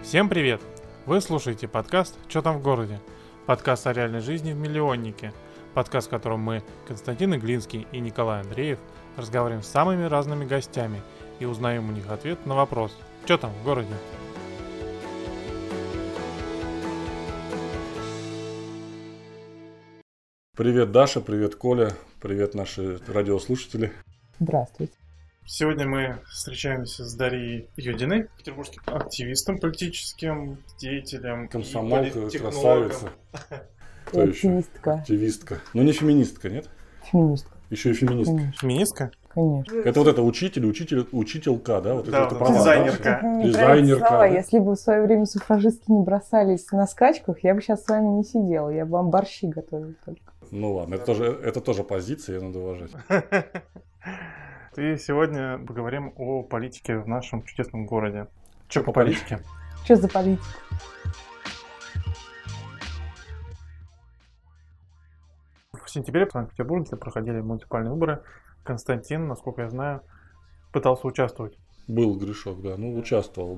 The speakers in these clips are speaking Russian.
Всем привет! Вы слушаете подкаст «Чё там в городе?» Подкаст о реальной жизни в миллионнике. Подкаст, в котором мы, Константин Иглинский и Николай Андреев, разговариваем с самыми разными гостями и узнаем у них ответ на вопрос «Чё там в городе?». Привет, Даша, привет, Коля, привет, наши радиослушатели. Здравствуйте. Сегодня мы встречаемся с Дарьей Юдиной, петербургским активистом, политическим деятелем, комсомолка, красавица. Активистка. Активистка. Ну не феминистка, нет? Феминистка. Еще и феминистка. Конечно. Феминистка? Конечно. Это вот это учителька, да? Вот Да, это да, дизайнерка. Дизайнерка. Да? Если бы в свое время суфражистки не бросались на скачках, я бы сейчас с вами не сидела. Я бы вам борщи готовила только. Ну ладно, это тоже позиция, ее надо уважать. И сегодня поговорим о политике в нашем чудесном городе. Что по политике? Что за политика? В сентябре в Санкт-Петербурге проходили муниципальные выборы. Константин, насколько я знаю, пытался участвовать. Был грешок, да. Ну, участвовал,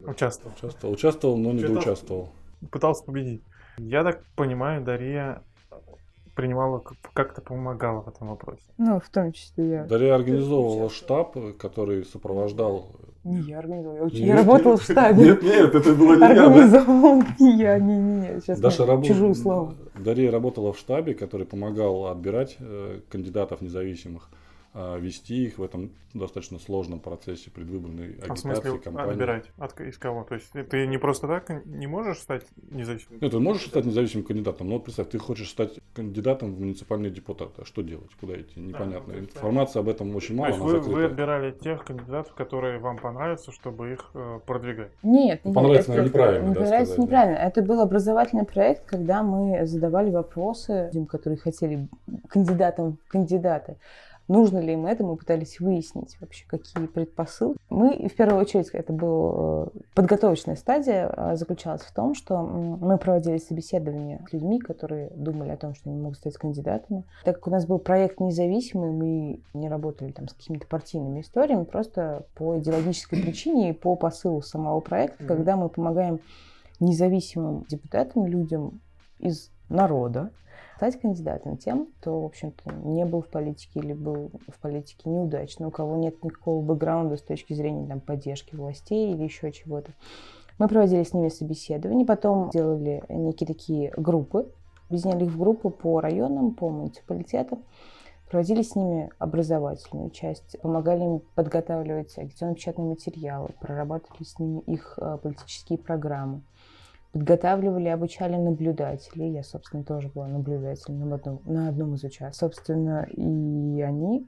но не доучаствовал. Пытался победить. Я так понимаю, Дарья принимала, как-то помогала в этом вопросе. Ну, в том числе я. Дарья организовывала штаб, который сопровождал... Не я организовала, я работала в штабе. Нет, это было не я. Организовала не я, не. Сейчас чужую славу. Дарья работала в штабе, который помогал отбирать кандидатов независимых, вести их в этом достаточно сложном процессе предвыборной агитации, кампании. Отбирать? Из кого? То есть ты не просто так не можешь стать независимым? Нет, ты можешь стать независимым кандидатом, но вот представь, ты хочешь стать кандидатом в муниципальные депутаты. А что делать? Куда идти? Непонятно. Информации об этом очень мало. То есть вы отбирали тех кандидатов, которые вам понравятся, чтобы их продвигать? Нет. Понравится, это неправильно. Понравится неправильно. Это был образовательный проект, когда мы задавали вопросы людям, которые хотели кандидатам в кандидаты. Нужно ли им это, мы пытались выяснить вообще, какие предпосылки. Мы, в первую очередь, это была подготовочная стадия, заключалась в том, что мы проводили собеседования с людьми, которые думали о том, что они могут стать кандидатами. Так как у нас был проект независимый, мы не работали там с какими-то партийными историями, просто по идеологической причине и по посылу самого проекта, когда мы помогаем независимым депутатам, людям из народа, стать кандидатом тем, кто, в общем-то, не был в политике или был в политике неудачно, у кого нет никакого бэкграунда с точки зрения там, поддержки властей или еще чего-то. Мы проводили с ними собеседования, потом делали некие такие группы, объединяли их в группы по районам, по муниципалитетам, проводили с ними образовательную часть, помогали им подготавливать агитационно-печатные материалы, прорабатывали с ними их политические программы. Подготавливали, обучали наблюдателей. Я, собственно, тоже была наблюдателем на одном из участков. Собственно, и они,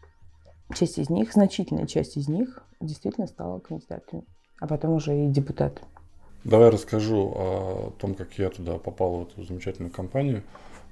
значительная часть из них действительно стала кандидатами, а потом уже и депутатами. Давай расскажу о том, как я туда попал, в эту замечательную компанию.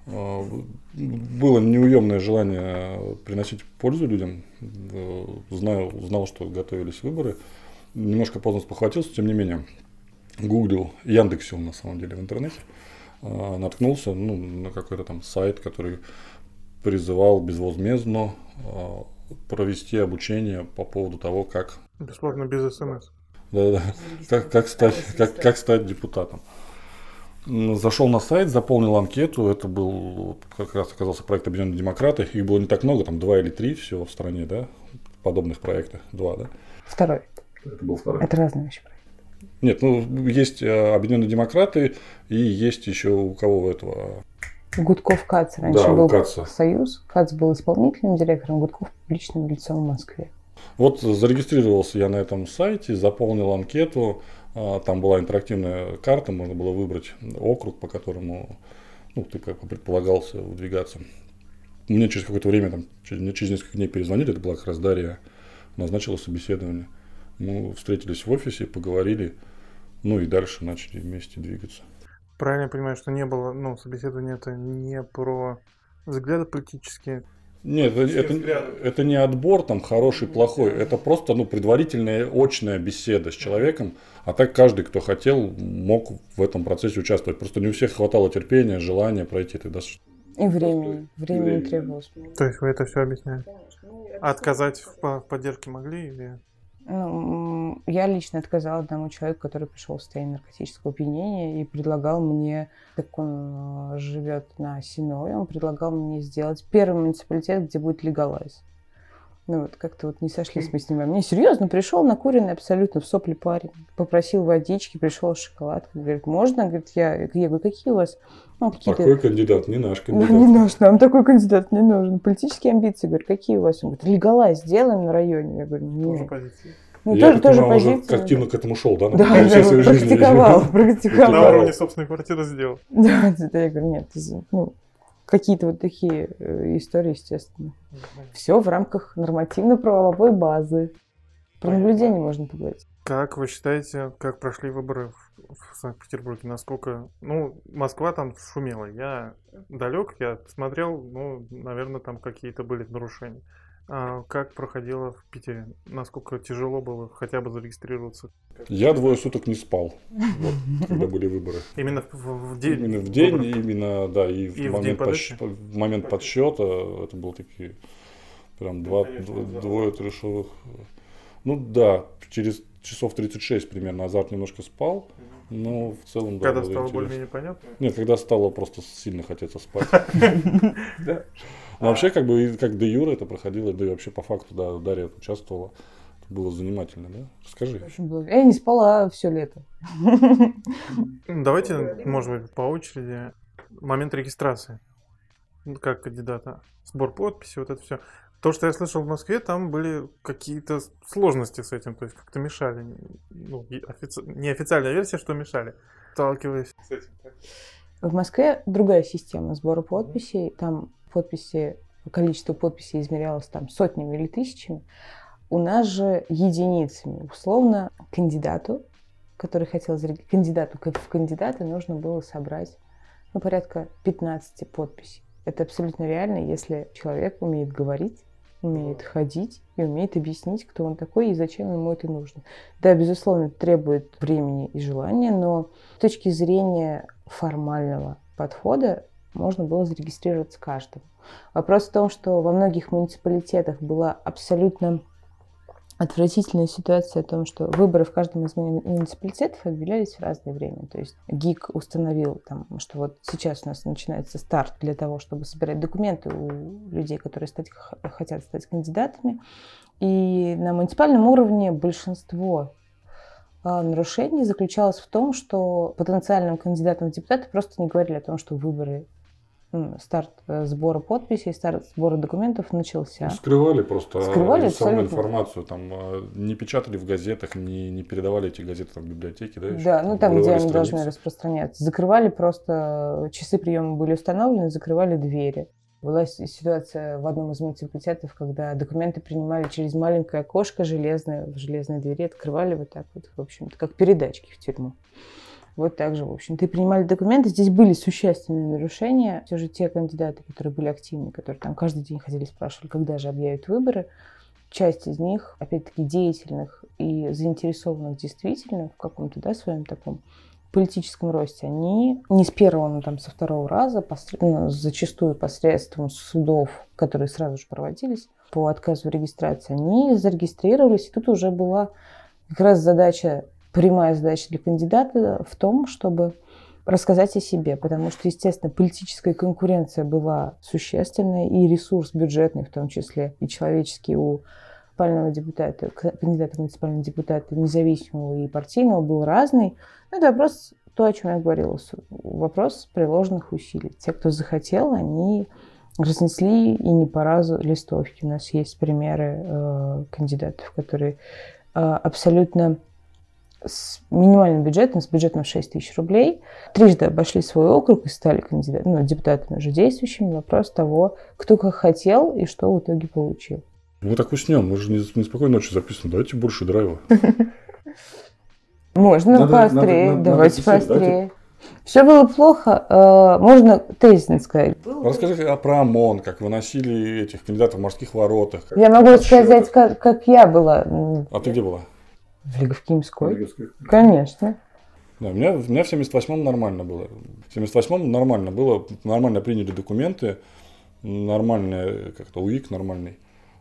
Было неуемное желание приносить пользу людям. Знал, что готовились выборы. Немножко поздно спохватился, тем не менее. Гуглил, яндексил на самом деле в интернете, наткнулся на какой-то там сайт, который призывал безвозмездно провести обучение по поводу того, как... Бесплатно, без СМС. Да. Как стать депутатом. Зашел на сайт, заполнил анкету, это был, как раз оказался проект «Объединенные демократы», их было не так много, там 2 или 3 всего в стране, да, подобных проектов, 2, да? Второй. Это был второй. Это разные вещи. Нет, есть Объединенные демократы и есть еще у кого этого... Гудков Кац раньше да, был Каца. Союз. Кац был исполнительным директором, Гудков публичным лицом в Москве. Вот зарегистрировался я на этом сайте, заполнил анкету. Там была интерактивная карта, можно было выбрать округ, по которому ты как бы предполагался выдвигаться. Мне через какое-то время, через несколько дней перезвонили, это была как раз Дарья, назначила собеседование. Мы встретились в офисе, поговорили, и дальше начали вместе двигаться. Правильно я понимаю, что не было, собеседование это не про взгляды политические? Нет, это не отбор там хороший, плохой, это просто предварительная очная беседа с человеком, а так каждый, кто хотел, мог в этом процессе участвовать. Просто не у всех хватало терпения, желания пройти тогда. И времени требовалось. То есть вы это все объясняете? А отказать в поддержке могли или... Ну, я лично отказала одному человеку, который пришел в состояние наркотического опьянения и предлагал мне, так он живет на Синой, он предлагал мне сделать первый муниципалитет, где будет легалайз. Ну вот как-то вот не сошлись мы с ним. А мне серьезно пришел накуренный абсолютно в сопли парень. Попросил водички, пришел с шоколадкой. Говорит, можно? Говорит, я говорю, какие у вас? Ну, такой кандидат, не наш кандидат. Не наш, нам такой кандидат не нужен. Политические амбиции. Говорю, какие у вас? Он говорит, легалайз сделаем на районе. Я говорю, нет. Тоже позиция. Ну, я тоже позиция. позиция. Уже активно к этому шел, да? Да, практиковал. На уровне собственной квартиры сделал. Да, я говорю, нет, ну, какие-то вот такие истории, естественно. Все в рамках нормативно-правовой базы. Про наблюдение можно поговорить. Как вы считаете, как прошли выборы в Санкт-Петербурге? Насколько... Ну, Москва там шумела. Я далек, я смотрел, ну, наверное, там какие-то были нарушения. А как проходило в Питере? Насколько тяжело было хотя бы зарегистрироваться? Я 2 суток не спал, когда были выборы. Именно в день? Именно в день, именно, да, и в момент подсчета. Это было такие прям двое трешовых. Ну да, через часов 36 примерно Азарт немножко спал, но в целом, да, когда стало более-менее понятно? Нет, когда стало просто сильно хотеться спать. Вообще, как бы, как де юре это проходило, да и вообще по факту, да, Дарья участвовала. Это было занимательно, да? Расскажи. Я не спала все лето. Давайте, может быть, по очереди. Момент регистрации. Как кандидата. Сбор подписей, вот это все. То, что я слышал в Москве, там были какие-то сложности с этим, то есть как-то мешали. Ну, неофициальная версия, что мешали. Сталкиваясь с этим. В Москве другая система сбора подписей. Там количество подписей измерялось там сотнями или тысячами. У нас же единицами. Условно, кандидату в кандидаты нужно было собрать порядка 15 подписей. Это абсолютно реально, если человек умеет говорить, умеет ходить и умеет объяснить, кто он такой и зачем ему это нужно. Да, безусловно, это требует времени и желания, но с точки зрения формального подхода можно было зарегистрироваться каждому. Вопрос в том, что во многих муниципалитетах была абсолютно отвратительная ситуация о том, что выборы в каждом из муниципалитетов объявлялись в разное время. То есть ГИК установил, что вот сейчас у нас начинается старт для того, чтобы собирать документы у людей, которые хотят стать кандидатами. И на муниципальном уровне большинство нарушений заключалось в том, что потенциальным кандидатам в депутаты просто не говорили о том, что выборы, старт сбора подписей, старт сбора документов начался. Скрывали просто самую информацию, там не печатали в газетах, не передавали эти газеты в библиотеке, да? Да, там, где они должны распространяться. Закрывали просто, часы приема были установлены, закрывали двери. Была ситуация в одном из муниципалитетов, когда документы принимали через маленькое окошко железное, в железной двери открывали вот так вот, в общем-то, как передачки в тюрьму. Вот так же, в общем-то, и принимали документы. Здесь были существенные нарушения. Все же те кандидаты, которые были активны, которые там каждый день ходили, спрашивали, когда же объявят выборы, часть из них, опять-таки, деятельных и заинтересованных действительно в каком-то, да, своем таком политическом росте, они не с первого, но там со второго раза, зачастую посредством судов, которые сразу же проводились по отказу в регистрации, они зарегистрировались. И тут уже была как раз прямая задача для кандидата в том, чтобы рассказать о себе, потому что, естественно, политическая конкуренция была существенная, и ресурс бюджетный, в том числе и человеческий, у муниципального депутата, кандидата в муниципального депутата, независимого и партийного, был разный. Но это вопрос, то, о чем я говорила, вопрос приложенных усилий. Те, кто захотел, они разнесли и не по разу листовки. У нас есть примеры кандидатов, которые абсолютно с минимальным бюджетом, с бюджетом 6 тысяч рублей, трижды обошли свой округ и стали депутатами уже действующими. Вопрос того, кто как хотел и что в итоге получил. Мы так уснем, мы же не спокойной ночью записываем. Давайте больше драйва. Можно поострее, давайте поострее. Все было плохо, можно тезисно сказать. Расскажи про ОМОН, как выносили этих кандидатов в морских воротах. Я могу сказать, как я была. А ты где была? В Лиговкимской. Конечно. Да, у меня в 78-м нормально было. В 78-м нормально приняли документы, нормальный как-то УИК нормальный.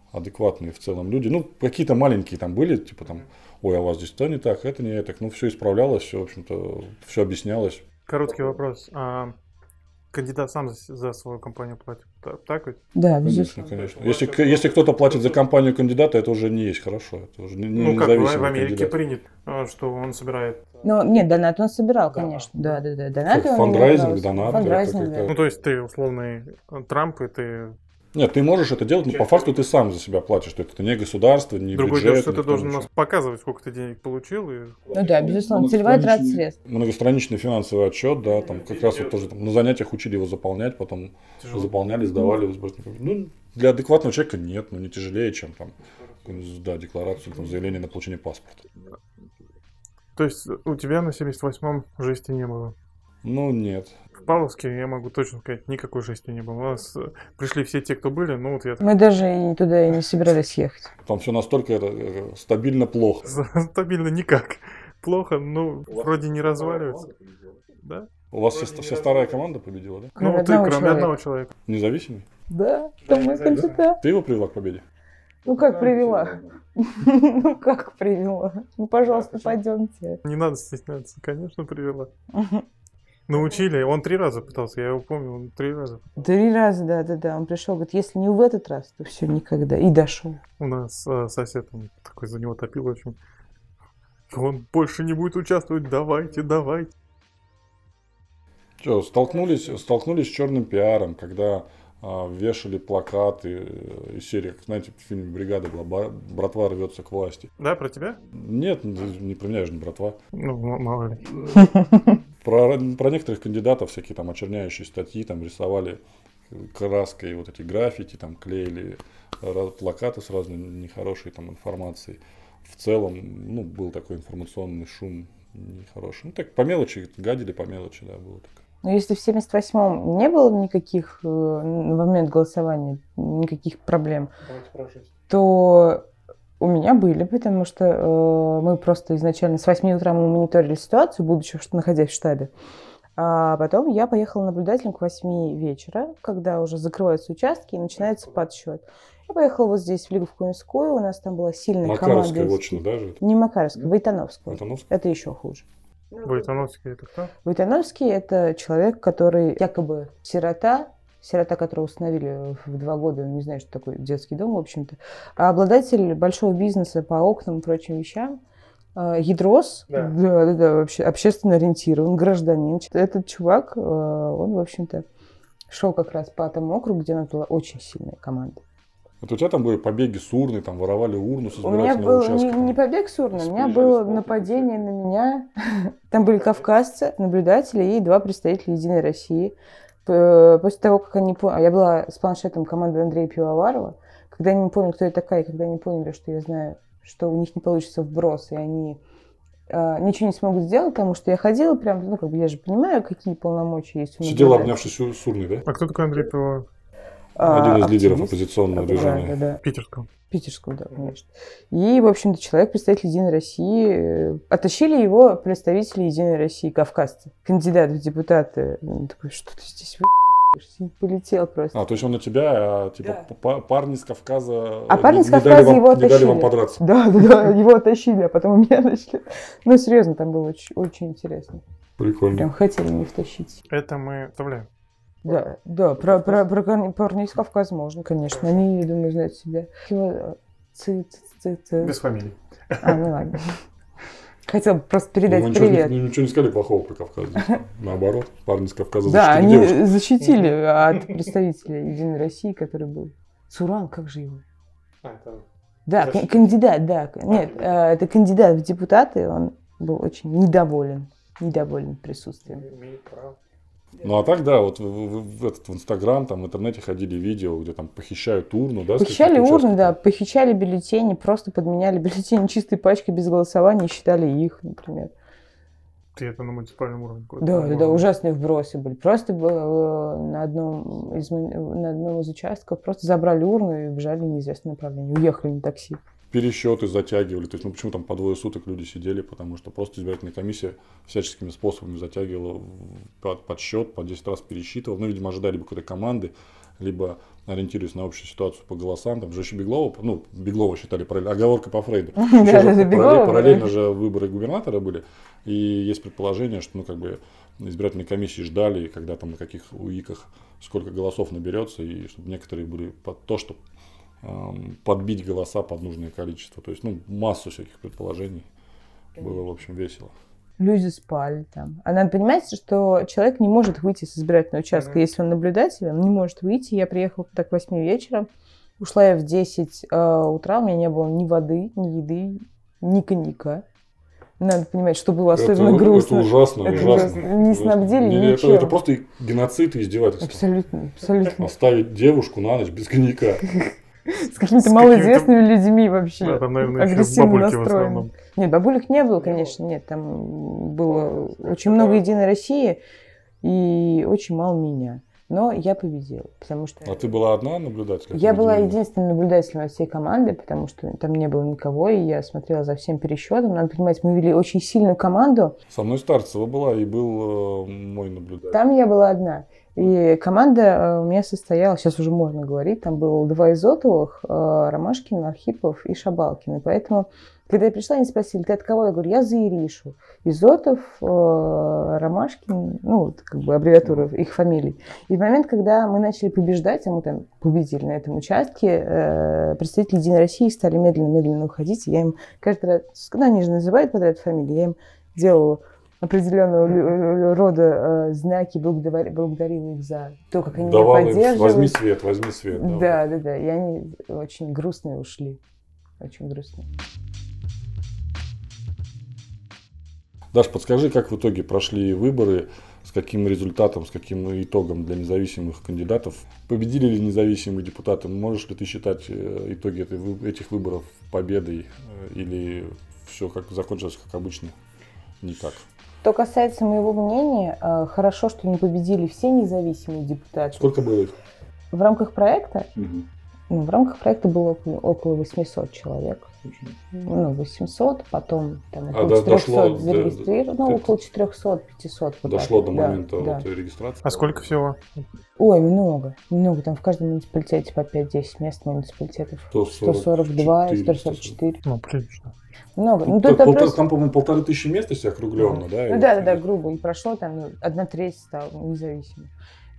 адекватные в целом люди. Ну, какие-то маленькие там были, типа там, ой, а у вас здесь то не так, это не так. Ну, все исправлялось, все, в общем-то, все объяснялось. Короткий вопрос. Кандидат сам за свою компанию платит, так ведь? Да, Конечно, безусловно. конечно. Если кто-то платит за компанию кандидата, это уже не есть хорошо. Это уже Ну, как в независимый Америке кандидат. принято, что он собирает. Ну, нет, донат он собирал, конечно. Да. Донаты он Фандрайзинг, имел право. донат, Фандрайзинг, это да. как-то- Ну, то есть ты условный Трамп, и ты... Нет, ты можешь это делать, но по факту ты сам за себя платишь. То есть это не государство, не Другое бюджет. дело, что ты никто должен ничего. нас показывать, сколько ты денег получил. И... Ну да, безусловно, целевая трата средств. Многостраничный финансовый отчет, да, там как раз вот тоже там, на занятиях учили его заполнять, потом Тяжело. заполняли, сдавали. Ну, для адекватного человека нет, ну не тяжелее, чем там да, декларацию, там, заявление на получение паспорта. То есть у тебя на 78-м жести не было? Ну, нет. В Павловске, я могу точно сказать, никакой жести не было. У нас пришли все те, кто были, ну вот я Мы даже и туда и не собирались ехать. Там все настолько стабильно плохо. стабильно никак. Плохо, ну, вроде не разваливается. Да? У вас вся старая команда победила, да? Кроме Ну, ты, одного кроме человека. одного человека. Независимый? Да, там мой кандидат. Ты его привела к победе? Ну как привела? Ну как привела? Ну, пожалуйста, пойдемте. Не надо стесняться, конечно, привела. Научили, он 3 раза пытался, я его помню, он 3 раза. 3 раза, да. Он пришел, говорит, если не в этот раз, то все, никогда. И дошел. У нас сосед, он такой за него топил очень. Он больше не будет участвовать, давайте. Что, столкнулись с черным пиаром, когда вешали плакаты из серии, знаете, в фильме «Бригада» была «Братва рвется к власти». Да, про тебя? Нет, не про меня, я же не братва. Ну, мало ли. Про некоторых кандидатов всякие там очерняющие статьи, там рисовали краской вот эти граффити, там клеили плакаты с разной нехорошей там информацией. В целом, ну, был такой информационный шум нехороший. Ну, так по мелочи, гадили по мелочи, да, было такое. Но если в 78-м не было никаких, в момент голосования, никаких проблем, то у меня были, потому что мы просто изначально с 8 утра мы мониторили ситуацию, будучи находясь в штабе. А потом я поехала наблюдателем к 8 вечера, когда уже закрываются участки и начинается подсчет. Я поехала вот здесь, в Лиговскую, у нас там была сильная команда. Макаровская вотчина, да, же? Не Макаровская, Войтановская. Войтановская? Это еще хуже. Войтановский это кто? Войтановский – это человек, который якобы сирота, которого установили в 2 года, не знаю, что такое детский дом, в общем-то, а обладатель большого бизнеса по окнам и прочим вещам, ядрос, да, вообще общественно ориентирован, гражданин. Этот чувак, он, в общем-то, шел как раз по тому округу, где у нас была очень сильная команда. Вот у тебя там были побеги с урны, там воровали урну с У меня избирательного был участка. не побег с урны, у меня было нападение на меня. Там были кавказцы, наблюдатели и 2 представителя «Единой России». После того, как они поняли... Я была с планшетом команды Андрея Пивоварова. Когда они поняли, кто я такая, и когда они поняли, что я знаю, что у них не получится вброс, и они ничего не смогут сделать, потому что я ходила прям, ну, как бы я же понимаю, какие полномочия есть у меня. Сидела, обнявшись с урной, да? А кто такой Андрей Пивоваров? Один из лидеров активист. оппозиционного движения. Да. Питерского. Питерского, да, конечно. И, в общем-то, человек, представитель «Единой России». Оттащили его представители «Единой России», кавказцы. Кандидат в депутаты. Он такой, что ты здесь полетел просто. То есть он на тебя, типа, парни с Кавказа, А парни с не дали Кавказа вам- его не дали оттащили. вам подраться. Да, его оттащили, а потом меня начали. Ну, серьезно, там было очень, очень интересно. Прикольно. Прям хотели меня втащить. Это мы вставляем. Да, про парней из Кавказа можно, конечно. Они, я думаю, знают себя. Его Без фамилии. ну ладно. Хотел бы просто передать Ну, привет. ничего не сказали плохого про Кавказ. здесь. Наоборот, парни с Кавказа Да, защитили они девушек. защитили от представителя «Единой России», который был. Цуран, как же его? Да, кандидат, да. Нет, это кандидат в депутаты, он был очень недоволен присутствием. Ну а так, да, вот в Инстаграм, там, в интернете ходили видео, где там похищают урну, да? с Похищали каких-то урны, да, участков. похищали бюллетени, просто подменяли бюллетени чистой пачкой без голосования и считали их, например. Ты это на муниципальном уровне? Да, ужасные вбросы были. Просто на одном из участков просто забрали урну и бежали в неизвестном направлении. Уехали на такси. Пересчеты затягивали. То есть, ну почему там по 2 суток люди сидели? Потому что просто избирательная комиссия всяческими способами затягивала подсчет, по 10 раз пересчитывала. Ну, видимо, ожидали бы какой-то команды. либо ориентируясь на общую ситуацию по голосам. Там же еще Беглова считали параллельно, оговорка по Фрейду. Параллельно же выборы губернатора были, и есть предположение, что избирательные комиссии ждали, когда там на каких УИКах сколько голосов наберется, и чтобы некоторые были под то, чтобы подбить голоса под нужное количество. То есть, массу всяких предположений. Было, в общем, весело. Люди спали там. А надо понимать, что человек не может выйти с избирательного участка. Если он наблюдатель, он не может выйти. Я приехала так к 8 вечера. Ушла я в 10 утра. У меня не было ни воды, ни еды, ни коньяка. Надо понимать, что было особенно грустно. Это ужасно. Не снабдили ничем. Это просто геноцид и издевательство. Абсолютно. Оставить девушку на ночь без коньяка. С какими-то малоизвестными людьми вообще. Да, там, наверное, агрессивно настроенными. Нет, бабулек не было, конечно, нет. Там было очень много «Единой России» и очень мало меня. Но я победила, потому что... А ты была одна наблюдателем? Я была единственным наблюдателем от всей команды, потому что там не было никого, и я смотрела за всем пересчетом. Надо понимать, мы вели очень сильную команду. Со мной Старцева была, и был мой наблюдатель. Там я была одна. И команда у меня состояла, сейчас уже можно говорить, там было 2 Изотовых, Ромашкин, Архипов и Шабалкин. И поэтому, когда я пришла, они спросили, ты от кого? Я говорю, я за Иришу. Изотов, Ромашкин, аббревиатура их фамилий. И в момент, когда мы начали побеждать, а мы там победили на этом участке, представители «Единой России» стали медленно-медленно уходить. И я им каждый раз, когда они же называют подряд фамилии, я им делала определенного рода знаки, благодарила их за то, как они меня поддерживают. Возьми свет. Да. И они очень грустные ушли. Очень грустные. Даш, подскажи, как в итоге прошли выборы, с каким результатом, с каким итогом для независимых кандидатов? Победили ли независимые депутаты? Можешь ли ты считать итоги этих выборов победой? Или все закончилось как обычно? Никак. Что касается моего мнения, хорошо, что не победили все независимые депутаты. Сколько было их? В рамках проекта? Угу. В рамках проекта было около 800 человек. 800, потом около 400 зарегистрировано, около 400-500. Дошло до момента регистрации. А сколько всего? Ой, много. Там в каждом муниципалитете по 5-10 мест муниципалитетов. 142, 144. Прилично. Много. Там, по-моему, 1500 мест, если округленно, да? Да, грубо. И прошло, 1/3 стало независимым.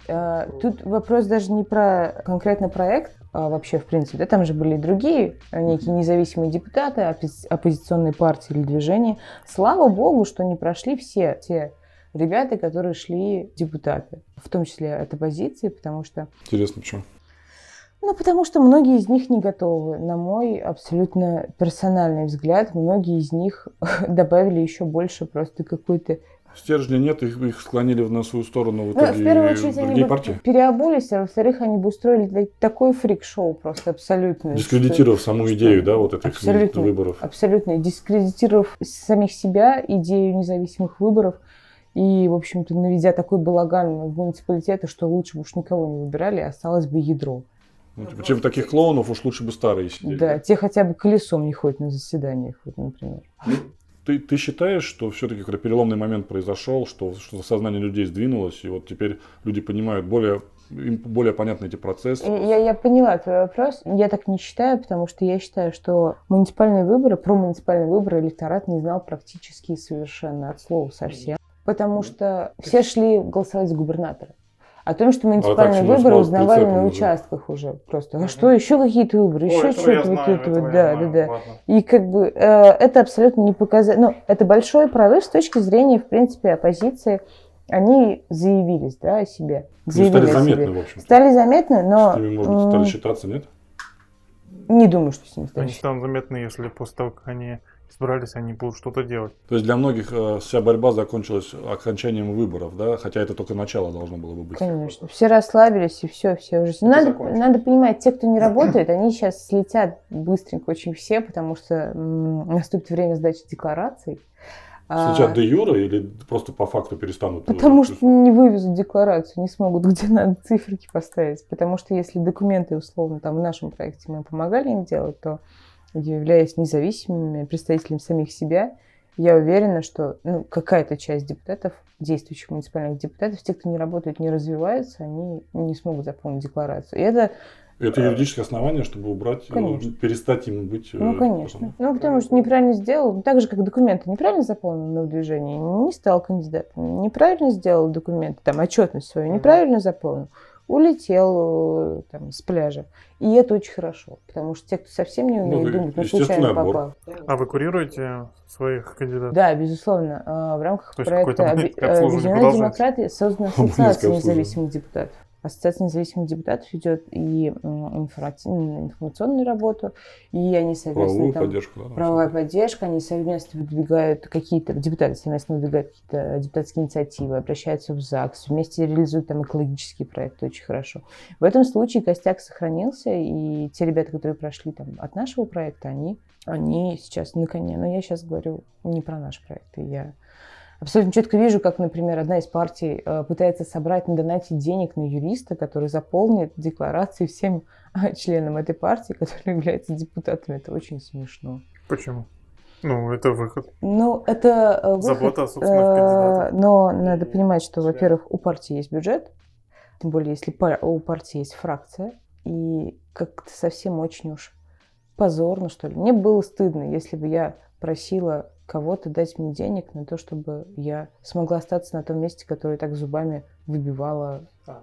Тут вопрос даже не про конкретно проект, а вообще, в принципе. Там же были и другие некие независимые депутаты, оппозиционные партии или движения. Слава богу, что не прошли все те ребята, которые шли депутаты. В том числе от оппозиции, потому что... Интересно, почему? Потому что многие из них не готовы. На мой абсолютно персональный взгляд, многие из них добавили еще больше просто какой-то... Стержня нет, их склонили на свою сторону в итоге в первую очередь они бы переобулись, а во-вторых, они бы устроили такой фрик-шоу просто абсолютно. Дискредитировав саму идею, этих выборов. Абсолютно. Дискредитировав самих себя, идею независимых выборов. И, в общем-то, наведя такой балаган в муниципалитеты, что лучше бы уж никого не выбирали, осталось бы ядро. Чем таких клоунов уж лучше бы старые сидели. Да, те хотя бы колесом не ходят на заседаниях, например. Ты считаешь, что все-таки какой-то переломный момент произошел, что сознание людей сдвинулось, и вот теперь люди понимают им более понятны эти процессы? Я поняла твой вопрос. Я так не считаю, потому что я считаю, что про муниципальные выборы электорат не знал практически совершенно от слова совсем. Потому что все шли голосовать за губернатора. О том, что муниципальные выборы узнавали на участках уже просто. А что, еще какие-то выборы, еще что-то выкидывают. Да. И это абсолютно не показатель. Это большой прорыв с точки зрения, в принципе, оппозиции. Они заявились, о себе. Стали заметны, в общем. Стали заметны, но... С ними, может быть, стали считаться, нет? Не думаю, что с ними стали. Они станут заметны, если после того, как они избрались, они будут что-то делать. То есть для многих вся борьба закончилась окончанием выборов, да? Хотя это только начало должно было бы быть. Конечно. Все расслабились, и все уже. Надо понимать, те, кто не работает, они сейчас слетят быстренько очень все, потому что наступит время сдачи деклараций. Слетят де юре или просто по факту перестанут? Потому что не вывезут декларацию, не смогут где надо циферки поставить. Потому что если документы, условно, в нашем проекте мы помогали им делать, то, являясь независимыми представителями самих себя, Я уверена, что какая-то часть депутатов, действующих муниципальных депутатов, те, кто не работают, не развиваются, они не смогут заполнить декларацию. И это юридическое основание, чтобы убрать, перестать ему быть... конечно. Потому что неправильно сделал, так же, как документы неправильно заполнил на выдвижение, не стал кандидатом, неправильно сделал документы, отчетность свою неправильно заполнил, улетел с пляжа. И это очень хорошо, потому что те, кто совсем не умеет думать, случайно попал. А вы курируете своих кандидатов? Да, безусловно. В рамках проекта «Объединенные демократы» создана Ассоциация независимых депутатов. Ассоциация независимых депутатов ведет и информационную работу, и они совместно... Правовая поддержка, они совместно выдвигают депутаты совместно выдвигают какие-то депутатские инициативы, обращаются в ЗАГС, вместе реализуют экологические проекты очень хорошо. В этом случае костяк сохранился, и те ребята, которые прошли от нашего проекта, они сейчас на коне. Но я сейчас говорю не про наш проект, я абсолютно четко вижу, как, например, одна из партий пытается собрать на донате денег на юриста, который заполнит декларации всем членам этой партии, которые являются депутатами. Это очень смешно. Почему? Это выход. Это выход. Забота о собственных кандидатах. Но надо понимать, что, во-первых, у партии есть бюджет, тем более, если у партии есть фракция, и как-то совсем очень уж позорно, что ли. Мне было стыдно, если бы я просила кого-то дать мне денег на то, чтобы я смогла остаться на том месте, которое так зубами выбивала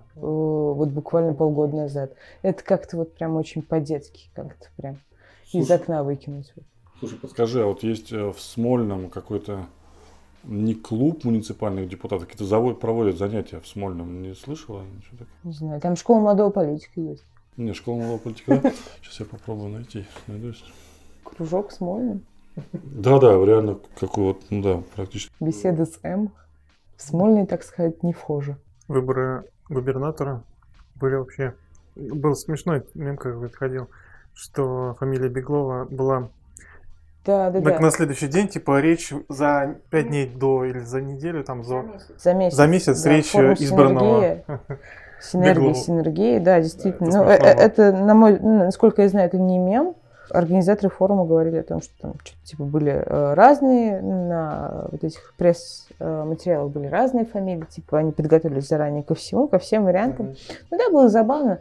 буквально полгода назад. Это как-то прям очень по-детски, как-то прям из окна выкинуть. Слушай, подскажи, а есть в Смольном какой-то не клуб муниципальных депутатов, какие-то проводят занятия в Смольном, не слышала? Ничего такого? Не знаю, там школа молодого политика есть. Не, школа молодого политика, да? Сейчас я попробую найти, найдусь. Кружок в Смольном. Да, реально, практически. Беседа с М. В Смольный, так сказать, не вхожи. Выборы губернатора были вообще... Был смешной мем, как выходил, что фамилия Беглова была... Да. На следующий день, речь за 5 дней до или за неделю, за месяц да, речь избранного. Синергия, да, действительно. Это насколько я знаю, это не мем. Организаторы форума говорили о том, что там были разные, на этих пресс-материалах были разные фамилии, они подготовились заранее ко всем вариантам. Да, было забавно.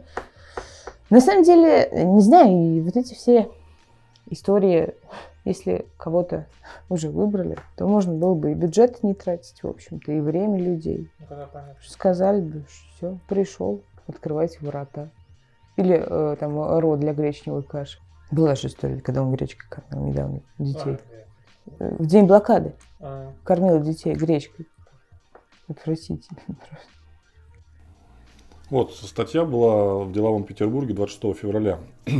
На самом деле, не знаю, и эти все истории, если кого-то уже выбрали, то можно было бы и бюджет не тратить, в общем-то, и время людей. Сказали бы, все, пришел, открывайте ворота. Или рот для гречневой каши. Была же история, когда он гречкой кормил недавно детей. В день блокады кормила детей гречкой. Отвратительно просто. Статья была в «Деловом Петербурге» 26 февраля.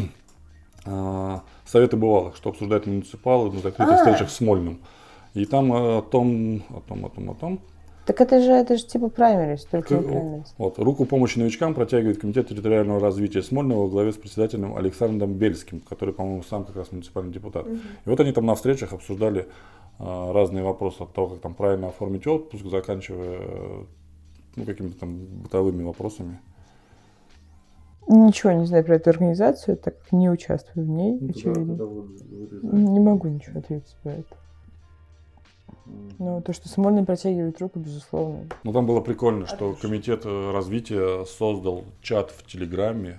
Советы бывалых, что обсуждают муниципалы на закрытых встречах с Смольным. И там о том. Так это же типа праймерис, только не праймерис. Руку помощи новичкам протягивает Комитет территориального развития Смольного во главе с председателем Александром Бельским, который, по-моему, сам как раз муниципальный депутат. И они там на встречах обсуждали разные вопросы от того, как правильно оформить отпуск, заканчивая какими-то бытовыми вопросами. Ничего не знаю про эту организацию, так как не участвую в ней, очевидно. Не могу ничего ответить про это. То, что Смольный протягивает руку, безусловно. Там было прикольно, что комитет развития создал чат в Телеграме.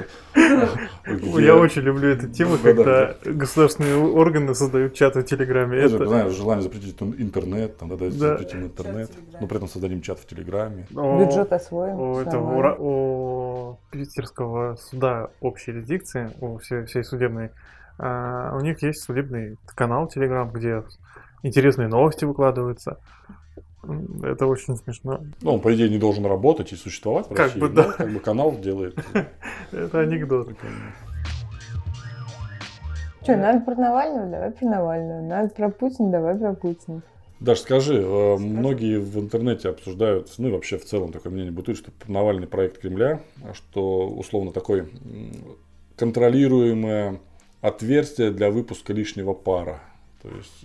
Я очень люблю эту тему, когда государственные органы создают чат в Телеграме. Знаешь, желание запретить интернет, запретим интернет, но при этом создадим чат в Телеграме. Бюджет освоим. У Питерского суда общей юрисдикции, у всей судебной, у них есть судебный канал Телеграм, где интересные новости выкладываются. Это очень смешно. Он, по идее, не должен работать и существовать в России. Да. Канал делает. Это анекдот. Что, надо про Навального? Давай про Навального. Надо про Путина? Давай про Путина. Даш, скажи, многие в интернете обсуждают, и вообще в целом такое мнение бытует, что Навальный проект Кремля, что условно такое контролируемое отверстие для выпуска лишнего пара. То есть,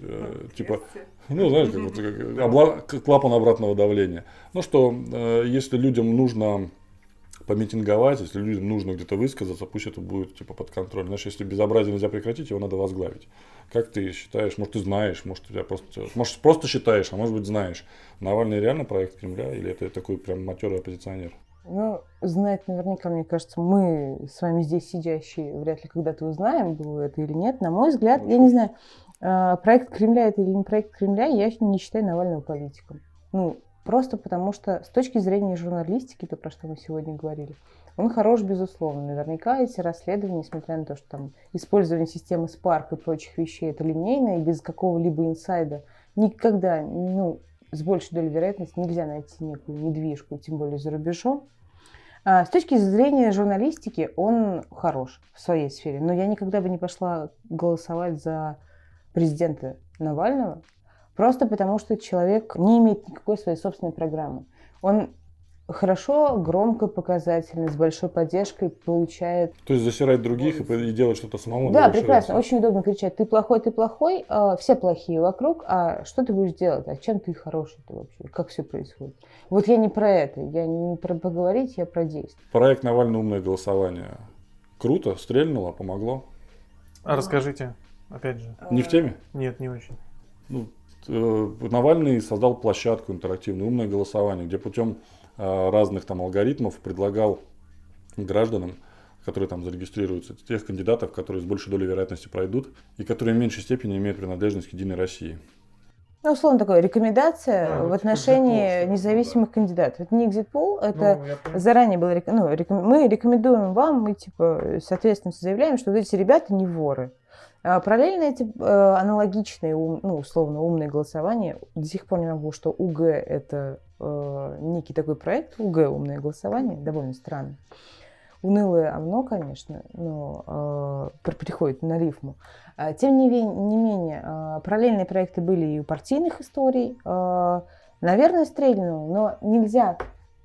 знаешь, как клапан обратного давления. Что если людям нужно помитинговать, если людям нужно где-то высказаться, пусть это будет типа под контролем. Знаешь, если безобразие нельзя прекратить, его надо возглавить. Как ты считаешь, может ты знаешь, может просто считаешь, а может быть знаешь, Навальный реально проект Кремля или это такой прям матерый оппозиционер? Ну, знать наверняка, мне кажется, мы с вами здесь сидящие вряд ли когда-то узнаем, было это или нет. На мой взгляд, я не знаю, проект Кремля это или не проект Кремля, я не считаю Навального политиком. Ну, просто потому что с точки зрения журналистики, то, про что мы сегодня говорили, он хорош, безусловно. Наверняка эти расследования, несмотря на то, что там использование системы Spark и прочих вещей, это линейно и без какого-либо инсайда никогда, ну, с большей долей вероятности нельзя найти некую недвижку, тем более за рубежом. С точки зрения журналистики он хорош в своей сфере, но я никогда бы не пошла голосовать за президента Навального, просто потому что человек не имеет никакой своей собственной программы. Он хорошо, громко, показательно, с большой поддержкой получает... То есть засирать других и делать что-то самому? Да, прекрасно. Очень удобно кричать: ты плохой, все плохие вокруг, а что ты будешь делать? А чем ты хороший-то вообще? Как все происходит? Вот я не про это, я не про поговорить, я про действие. Проект Навальный «Умное голосование» круто, стрельнуло, помогло? А расскажите, опять же. Не в теме? Нет, не очень. Навальный создал площадку интерактивную «Умное голосование», где путем разных там алгоритмов предлагал гражданам, которые там зарегистрируются, тех кандидатов, которые с большей долей вероятности пройдут и которые в меньшей степени имеют принадлежность к Единой России. Ну, условно такое, рекомендация в отношении независимых кандидатов. Это не экзит-пол, это заранее было... мы рекомендуем вам, мы типа соответственно заявляем, что вот эти ребята не воры. Параллельно эти аналогичные, условно, умные голосования, до сих пор не могу, что УГ это некий такой проект, УГ умное голосование, довольно странно. Унылое оно, конечно, но приходит на рифму. Тем не менее, параллельные проекты были и у партийных историй. Наверное, стрельнул, но нельзя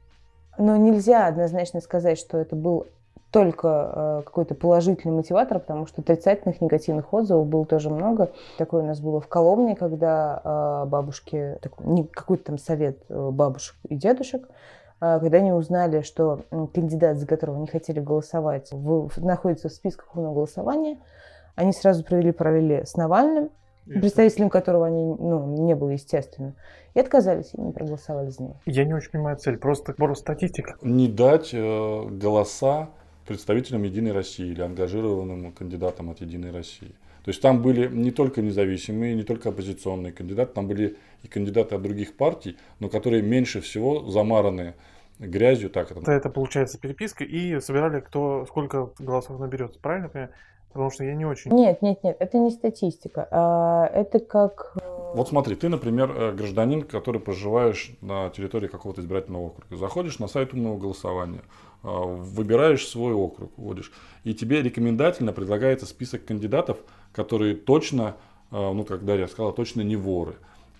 однозначно сказать, что это был только какой-то положительный мотиватор, потому что отрицательных, негативных отзывов было тоже много. Такое у нас было в Коломне, когда бабушки, какой-то там совет бабушек и дедушек, когда они узнали, что кандидат, за которого они хотели голосовать, находится в списках умного голосования, они сразу провели параллели с Навальным, представителем которого они не было, естественно, и отказались, и не проголосовали за него. Я не очень понимаю цель, просто статистика. Не дать голоса представителям Единой России или ангажированным кандидатам от Единой России. То есть там были не только независимые, не только оппозиционные кандидаты, там были и кандидаты от других партий, но которые меньше всего замараны грязью. Это получается переписка, и собирали, сколько голосов наберется, правильно понимаю? Потому что я не очень... Нет, это не статистика. Это как... Вот смотри, ты, например, гражданин, который проживаешь на территории какого-то избирательного округа. Заходишь на сайт умного голосования, выбираешь свой округ, вводишь, и тебе рекомендательно предлагается список кандидатов, которые точно, как Дарья сказала, точно не воры.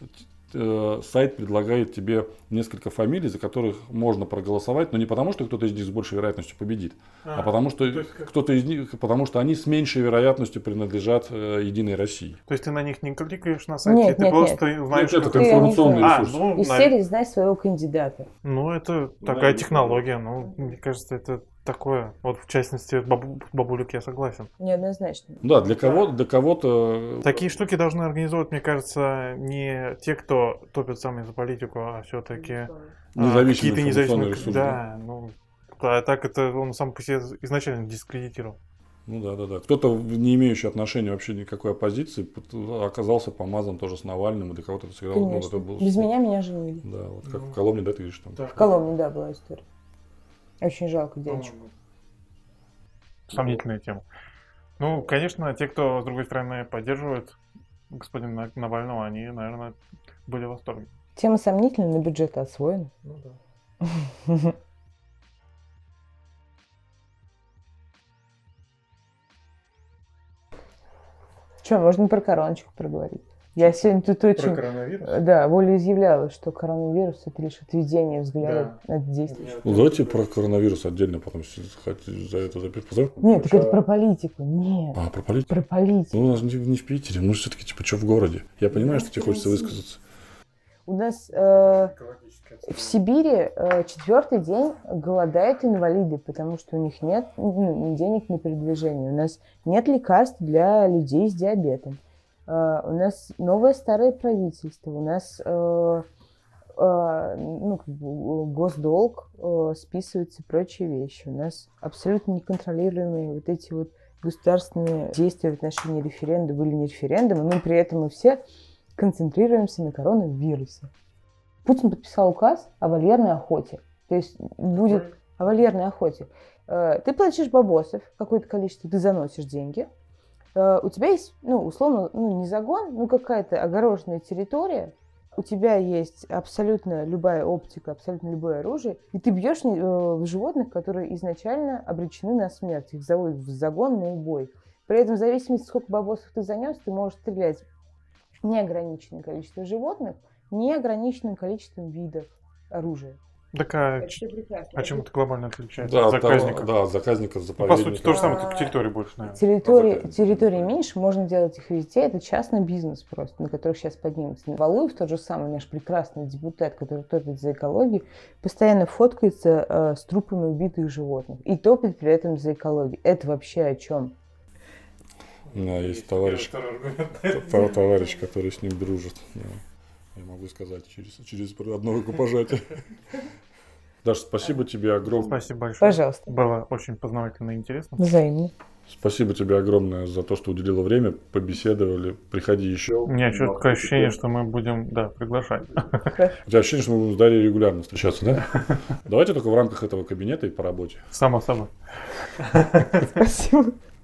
Сайт предлагает тебе несколько фамилий, за которых можно проголосовать, но не потому, что кто-то из них с большей вероятностью победит, а потому что кто-то из них, потому что они с меньшей вероятностью принадлежат Единой России. То есть ты на них не кликаешь на сайте, ты просто знаешь, что это информационный ресурс. Из серии «Знай своего кандидата». Это такая технология, мне кажется, это такое. Вот в частности, бабулек я согласен. Неоднозначно. Да, для кого-то... Такие штуки должны организовывать, мне кажется, не те, кто топит сами за политику, а все-таки какие-то независимые ресурсы. Да, а так это он сам по себе изначально дискредитировал. Да. Кто-то, не имеющий отношения вообще никакой оппозиции, оказался помазан тоже с Навальным, и для кого-то это сыграло. Конечно. Без меня женили. Да, вот как в Коломне, да, ты видишь там. В Коломне, да, была история. Очень жалко дядечку. Сомнительная тема. Конечно, те, кто, с другой стороны, поддерживает господина Навального, они, наверное, были в восторге. Тема сомнительная, но бюджет освоен. Да. Что, можно про короночку проговорить? Я сегодня тут очень... Про коронавирус? Да, волеизъявляла, что коронавирус это лишь отведение взгляда от действий. Давайте про коронавирус отдельно потом за это записать. Нет, так это про политику. Нет. Про политику? Про политику. У нас не в Питере, мы же все-таки что в городе. Я понимаю, что тебе хочется высказаться. У нас в Сибири 4-й день голодают инвалиды, потому что у них нет денег на передвижение. У нас нет лекарств для людей с диабетом. У нас новое старое правительство. У нас госдолг списывается и прочие вещи. У нас абсолютно неконтролируемые вот эти вот государственные действия в отношении референдума или не референдума, но при этом мы все концентрируемся на коронавирусе. Путин подписал указ о вольерной охоте. То есть будет о вольерной охоте. Ты платишь бабосов, какое-то количество, ты заносишь деньги. У тебя есть, условно, не загон, какая-то огороженная территория. У тебя есть абсолютно любая оптика, абсолютно любое оружие, и ты бьешь в животных, которые изначально обречены на смерть. Их заводят в загон на убой. При этом, в зависимости, сколько бабосов ты занес, ты можешь стрелять неограниченное количество животных, неограниченным количеством видов оружия. Так а чем это глобально отличается? Да, Заказников. Заказников, По заповедников. сути, то же самое, только территории больше, наверное. Территории меньше, можно делать их везде. Это частный бизнес просто, на которых сейчас поднимется. Валуев, тот же самый наш прекрасный депутат, который топит за экологию, постоянно фоткается с трупами убитых животных. И топит при этом за экологию. Это вообще о чем? Да, есть товарищ, который с ним дружит. Да. Я могу сказать через одно рукопожатие. Даша, спасибо тебе огромное. Спасибо большое. Пожалуйста. Было очень познавательно и интересно. Взаимно. Спасибо тебе огромное за то, что уделила время, побеседовали. Приходи еще. У меня четкое ощущение, что мы будем, приглашать. У тебя ощущение, что мы будем с Дарьей регулярно встречаться, да? Давайте только в рамках этого кабинета и по работе. Само собой. Спасибо.